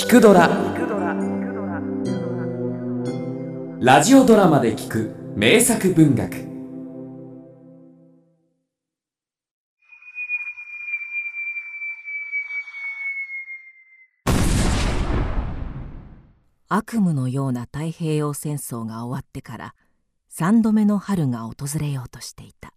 聞くドラ」ラジオドラマで聞く名作文学。 悪夢のような太平洋戦争が終わってから3度目の春が訪れようとしていた。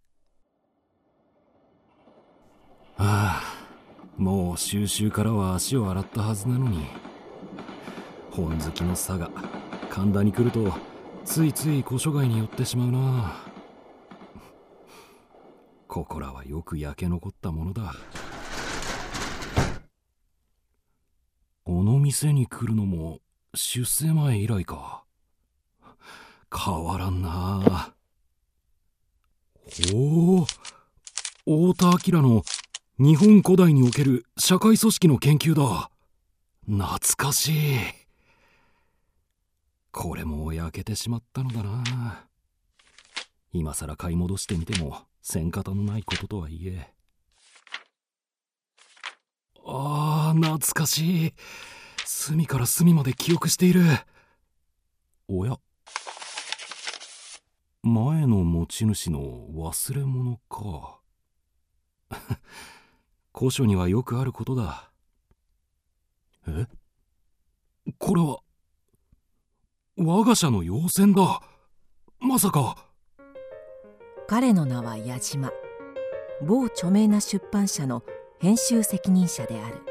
もう収集からは足を洗ったはずなのに、本好きの佐賀神田に来るとついつい古書街に寄ってしまうな。ここらはよく焼け残ったものだ。この店に来るのも出征前以来か。変わらんな。太田明の日本古代における社会組織の研究だ。懐かしい。これも焼けてしまったのだな。今さら買い戻してみても戦方のないこととはいえ。懐かしい。隅から隅まで記憶している。おや、前の持ち主の忘れ物か。古書にはよくあることだ。これは我が社の要線だ。まさか。 彼の名は矢島。某著名な出版社の編集責任者である。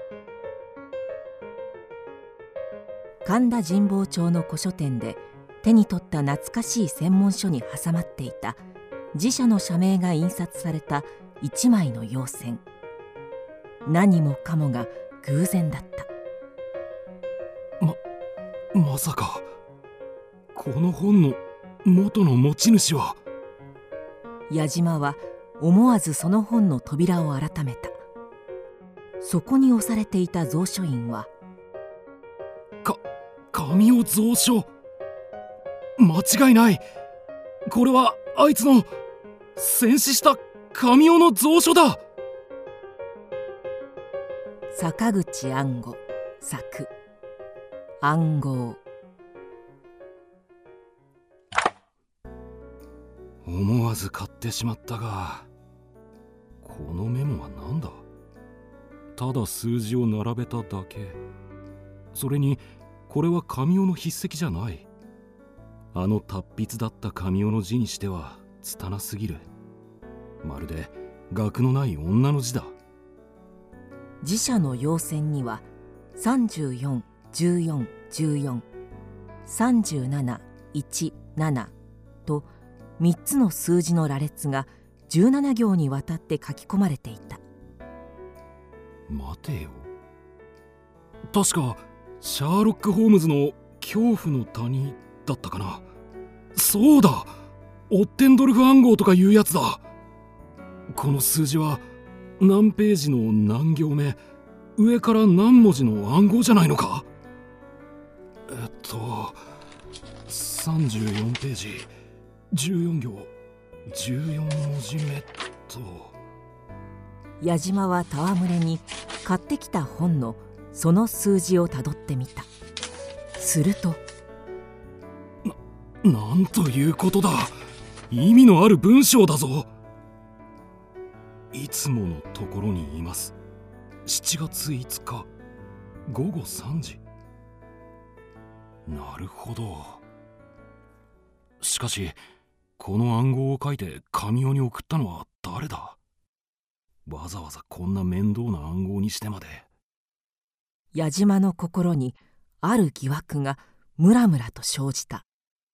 神田神保町の古書店で手に取った懐かしい専門書に挟まっていた自社の社名が印刷された一枚の要線。何もかもが偶然だった。 まさかこの本の元の持ち主は。 矢島は思わずその本の扉を改めた。そこに押されていた蔵書印は神尾蔵書。間違いない。これはあいつの戦死した神尾の蔵書だ。 坂口安吾作暗号。 思わず買ってしまったが、このメモは何だ。ただ数字を並べただけ。それにこれは神尾の筆跡じゃない。あの達筆だった神尾の字にしては拙すぎる。まるで学のない女の字だ。 自社の要線には34、14、14、37、17と3つの数字の羅列が17行にわたって書き込まれていた。 待てよ。確かシャーロック・ホームズの恐怖の谷だったかな。そうだ、オッテンドルフ暗号とかいうやつだ。この数字は何ページの何行目、上から何文字の暗号じゃないのか。34ページ14行14文字目と。 矢島は戯れに買ってきた本のその数字をたどってみた。すると、 なんということだ。意味のある文章だぞ。いつものところにいます。7月5日午後3時。なるほど。しかしこの暗号を書いて神尾に送ったのは誰だ。わざわざこんな面倒な暗号にしてまで。 矢島の心にある疑惑がムラムラと生じた。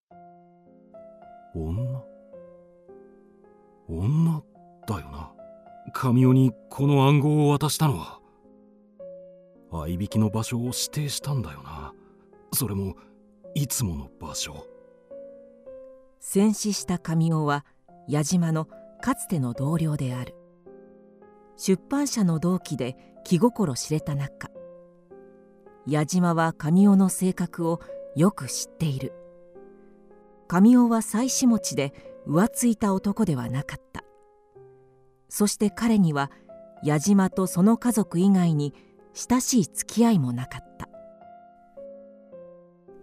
女だよな。神尾にこの暗号を渡したのは。合いびきの場所を指定したんだよな。それもいつもの場所。 戦死した神尾は矢島のかつての同僚である。出版社の同期で気心知れた仲。矢島は神尾の性格をよく知っている。神尾は妻子持ちで浮ついた男ではなかった。そして彼には矢島とその家族以外に親しい付き合いもなかった。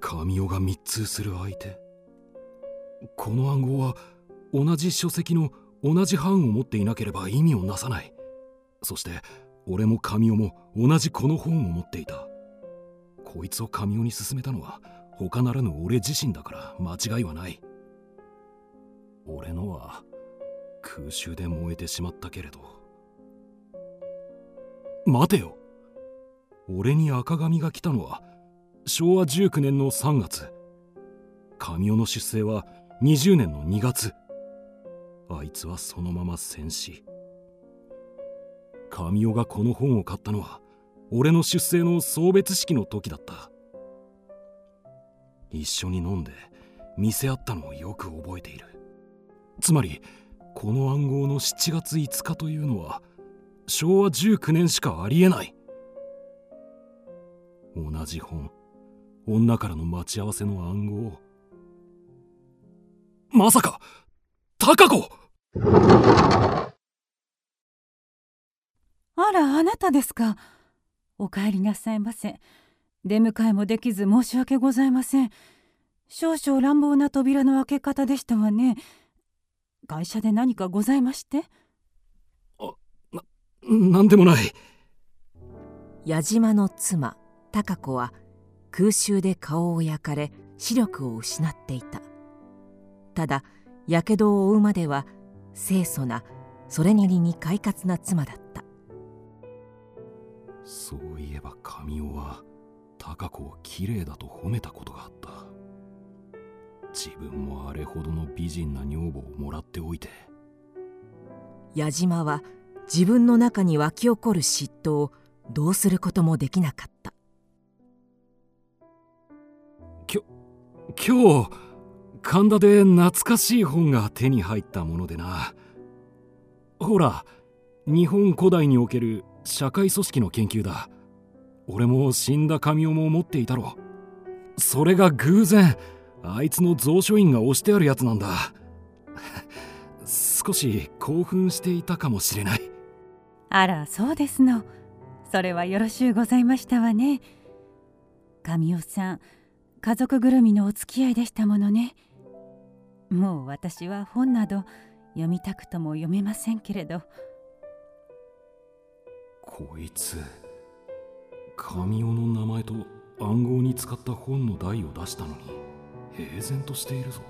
神代が密通する相手。この暗号は同じ書籍の同じ版を持っていなければ意味をなさない。そして俺も神代も同じこの本を持っていた。こいつを神代に勧めたのは他ならぬ俺自身だから間違いはない。俺のは空襲で燃えてしまったけれど。待てよ、俺に赤紙が来たのは昭和19年の3月。神代の出生は20年の2月。あいつはそのまま戦死。神代がこの本を買ったのは俺の出生の送別式の時だった。一緒に飲んで見せ合ったのをよく覚えている。つまりこの暗号の7月5日というのは昭和19年しかありえない。同じ本、女からの待ち合わせの暗号。まさか貴子！ あら、あなたですか。お帰りなさいませ。出迎えもできず申し訳ございません。少々乱暴な扉の開け方でしたわね。会社で何かございまして？ なんでもない。 矢島の妻貴子は空襲で顔を焼かれ視力を失っていた。ただやけどを負うまでは清楚な、それなりに快活な妻だった。 そういえば神代は貴子をきれいだと褒めたことがあった。自分もあれほどの美人な女房をもらっておいて。 矢島は自分の中に湧き起こる嫉妬をどうすることもできなかった。 今日神田で懐かしい本が手に入ったものでな。ほら、日本古代における社会組織の研究だ。俺も死んだ神代も持っていたろ。それが偶然あいつの蔵書院が押してあるやつなんだ。少し興奮していたかもしれない。 あら、そうですの。それはよろしゅうございましたわね。神代さん、家族ぐるみのお付き合いでしたものね。もう私は本など読みたくとも読めませんけれど。 こいつ神代の名前と暗号に使った本の題を出したのに平然としているぞ。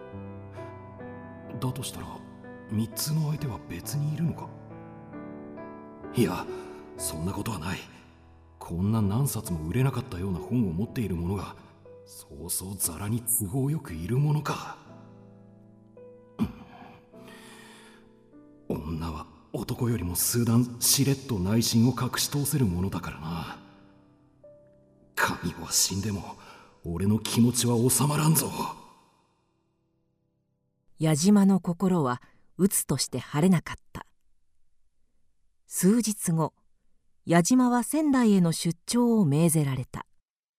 だとしたら3つの相手は別にいるのか。いや、そんなことはない。こんな何冊も売れなかったような本を持っている者がそうそうざらに都合よくいるものか。女は男よりも数段しれっと内心を隠し通せるものだからな。神代は死んでも俺の気持ちは収まらんぞ。 矢島の心は鬱として晴れなかった。数日後、矢島は仙台への出張を命ぜられた。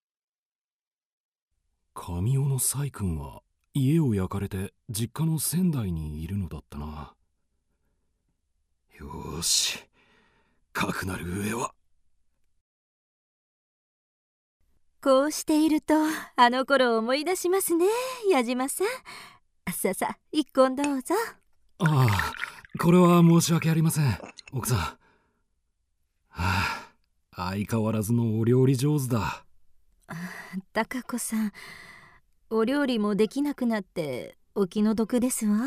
神代の細君は家を焼かれて実家の仙台にいるのだったな。よーし、かくなる上は。 こうしているとあの頃を思い出しますね、矢島さん。さあさあ、一本どうぞ。 ああ、これは申し訳ありません、奥さん。相変わらずのお料理上手だ。 貴子さん、お料理もできなくなってお気の毒ですわ。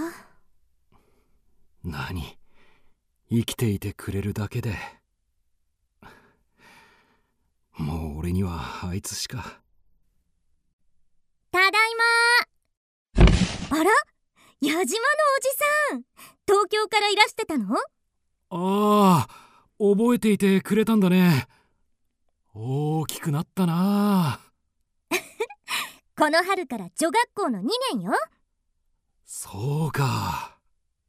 何、生きていてくれるだけで。もう俺にはあいつしか。 ただいま。あら、矢島のおじさん、東京からいらしてたの？ ああ、覚えていてくれたんだね。大きくなったな。 この春から女学校の2年よ。 そうか。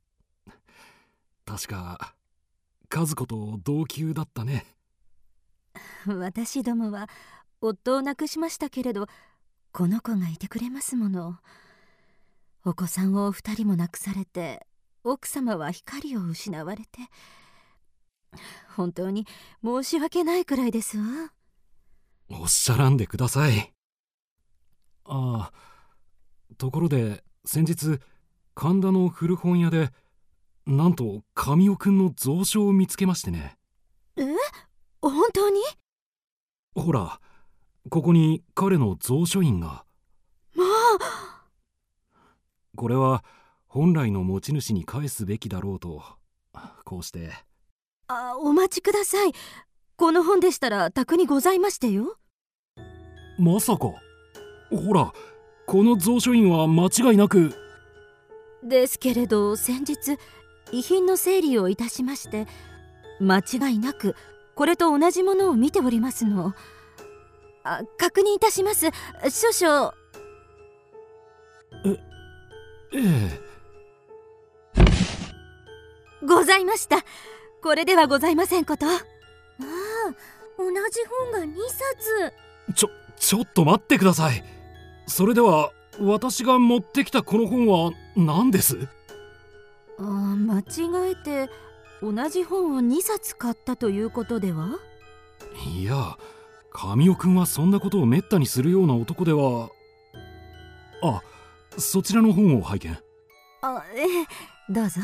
確か和子と同級だったね。 私どもは夫を亡くしましたけれど、この子がいてくれますもの。お子さんをお二人も亡くされて、奥様は光を失われて、本当に申し訳ないくらいですわ。 おっしゃらんでください。 ああ、ところで先日神田の古本屋でなんと神尾くんの蔵書を見つけましてね。 本当に？ ほら、ここに彼の蔵書印が。 まあ、 これは本来の持ち主に返すべきだろうと、こうして。 お待ちください。この本でしたら宅にございましてよ。 まさか。ほら、この蔵書印は間違いなく。 ですけれど先日遺品の整理をいたしまして、間違いなくこれと同じものを見ておりますの。確認いたします。少々。 ええ。 ございました。これではございませんこと。同じ本が2冊。 ちょっと待ってください。それでは私が持ってきたこの本は何です？ 間違えて同じ本を2冊買ったということでは？ いや、神尾くんはそんなことをめったにするような男では。そちらの本を拝見。 どうぞ。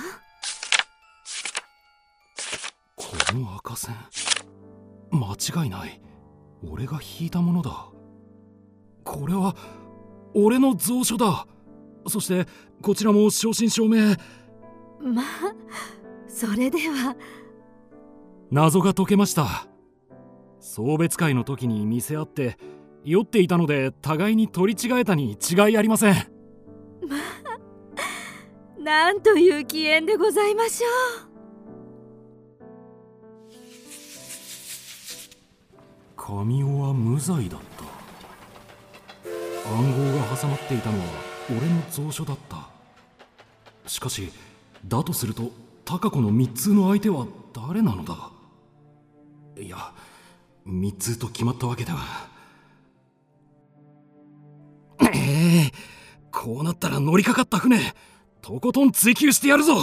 この赤線、間違いない。俺が引いたものだ。これは俺の蔵書だ。そしてこちらも正真正銘。 まあ、それでは。 謎が解けました。送別会の時に見せ合って酔っていたので互いに取り違えたに違いありません。 まあ、なんという奇縁でございましょう。 神尾は無罪だった。暗号が挟まっていたのは俺の蔵書だった。しかしだとすると貴子の密通の相手は誰なのだ？いや、密通と決まったわけでは。こうなったら乗りかかった船とことん追求してやるぞ。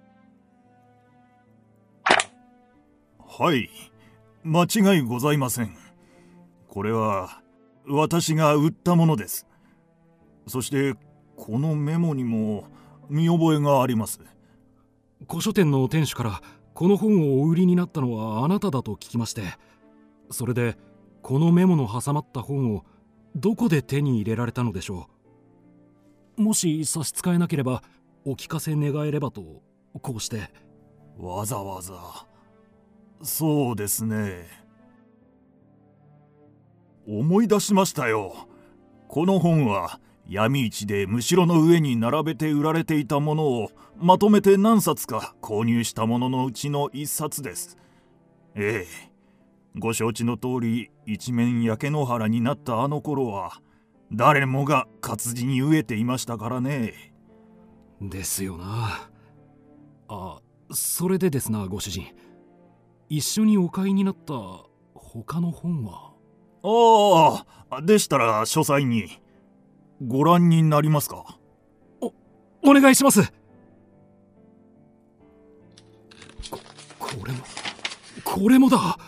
はい、間違いございません。これは私が売ったものです。そしてこのメモにも見覚えがあります。 古書店の店主からこの本をお売りになったのはあなただと聞きまして、それでこのメモの挟まった本をどこで手に入れられたのでしょう？もし差し支えなければお聞かせ願えればと、こうして。 わざわざ。そうですね。思い出しましたよ。この本は闇市でむしろの上に並べて売られていたものをまとめて何冊か購入したもののうちの1冊です。ご承知の通り一面焼け野原になったあの頃は誰もが活字に飢えていましたからね。 ですよな。それでですな、ご主人、一緒にお買いになった他の本は？ でしたら書斎にご覧になりますか？ お願いします。これもだ。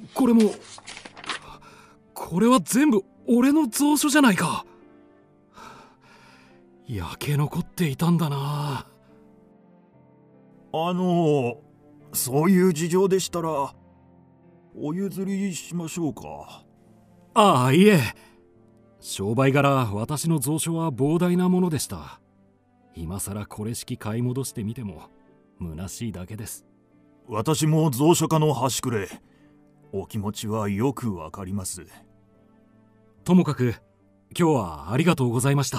これは全部俺の蔵書じゃないか。焼け残っていたんだな。 そういう事情でしたらお譲りしましょうか。 いえ、商売柄私の蔵書は膨大なものでした。今さらこれしき買い戻してみても虚しいだけです。 私も蔵書家の端くれ、お気持ちはよくわかります。 ともかく今日はありがとうございました。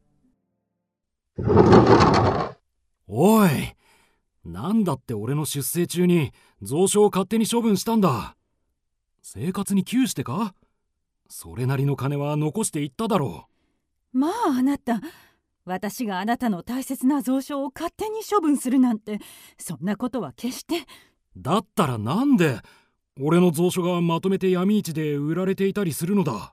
おい、なんだって俺の出征中に蔵書を勝手に処分したんだ。生活に窮してか？それなりの金は残していっただろう。まああなた、私があなたの大切な蔵書を勝手に処分するなんて、そんなことは決して。 だったらなんで俺の蔵書がまとめて闇市で売られていたりするのだ？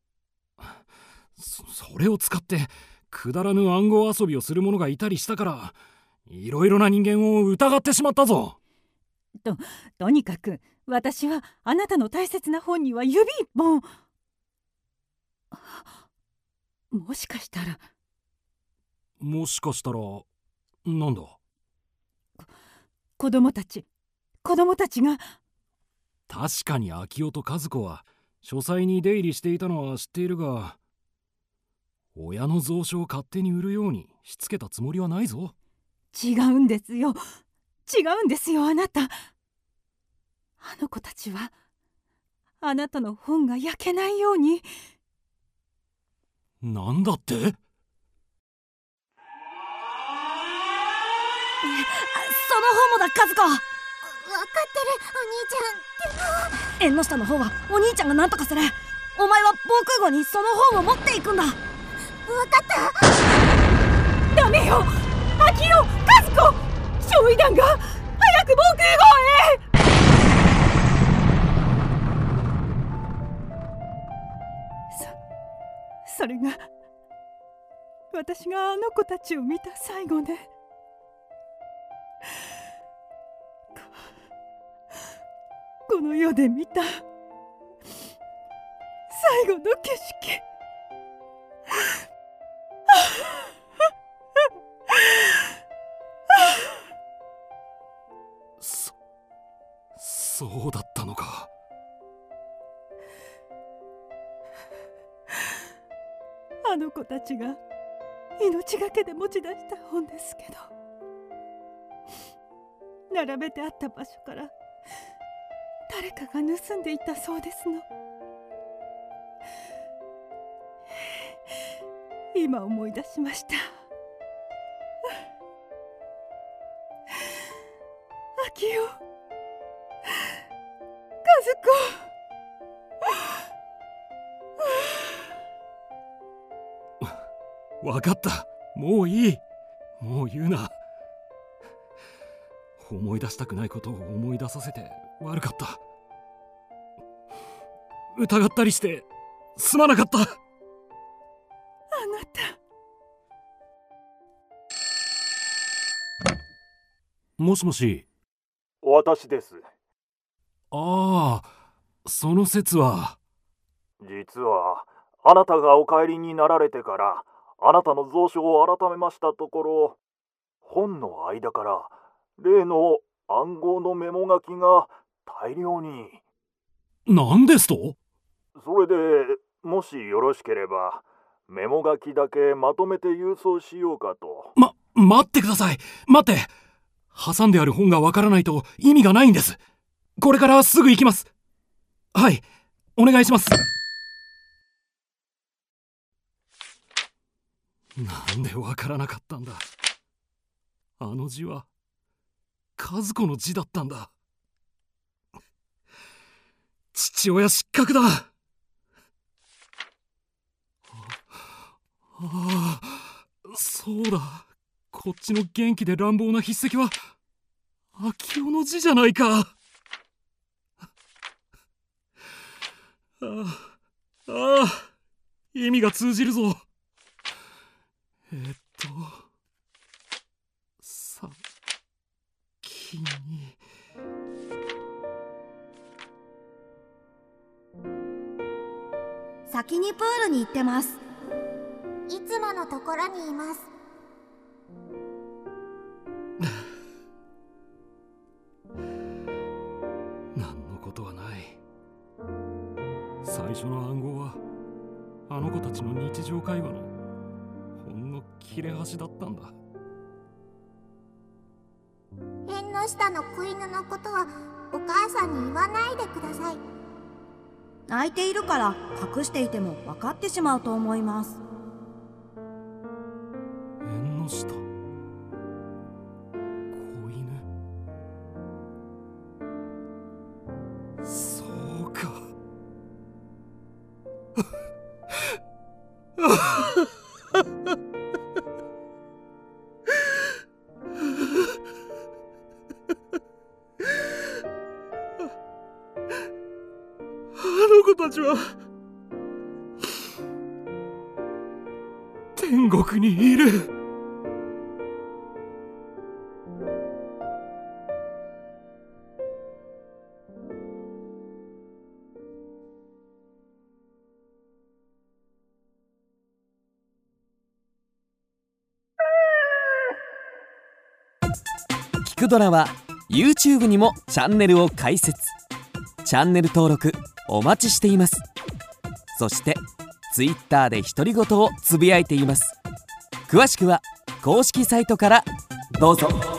それを使ってくだらぬ暗号遊びをする者がいたりしたから、いろいろな人間を疑ってしまったぞ。 とにかく私はあなたの大切な本には指一本。 もしかしたら。 もしかしたらなんだ。 子供たちが。 確かに秋代と和子は書斎に出入りしていたのは知っているが、親の蔵書を勝手に売るようにしつけたつもりはないぞ。 違うんですよあなた。あの子たちはあなたの本が焼けないように。 なんだって？ その方もだ、和子。分かってる、お兄ちゃん。でも縁の下の方はお兄ちゃんが何とかする。お前は防空壕にその方を持っていくんだ。分かった。 ダメよ、秋代、和子、焼夷弾が早く防空壕へ。それが私があの子たちを見た最後ね。この世で見た最後の景色。 そうだったのか。 あの子たちが命がけで持ち出した本ですけど、並べてあった場所から誰かが盗んでいったそうですの。今思い出しました。秋代、和子。 わかった、もういい。もう言うな。思い出したくないことを思い出させて悪かった。疑ったりしてすまなかった。 あなた。 もしもし。 私です。 ああ、その説は。 実はあなたがお帰りになられてからあなたの蔵書を改めましたところ、本の間から例の暗号のメモ書きが大量に。 何ですと？ それでもしよろしければメモ書きだけまとめて郵送しようかと。 待ってください。待って。挟んである本がわからないと意味がないんです。これからすぐ行きます。はい、お願いします。なんでわからなかったんだ。あの字は和子の字だったんだ。父親失格だ。ああ、そうだ。こっちの元気で乱暴な筆跡は秋代の字じゃないか。意味が通じるぞ。さきに。 先にプールに行ってます。 いつものところにいます。 何のことはない。最初の暗号はあの子たちの日常会話のほんの切れ端だったんだ。 縁の下の子犬のことはお母さんに言わないでください。 泣いているから隠していても分かってしまうと思います。 縁の下、子犬。そうか。あの子たちは天国にいる。 聞くドラは YouTube にもチャンネルを開設。チャンネル登録お待ちしています。そして Twitter で独り言をつぶやいています。詳しくは公式サイトからどうぞ。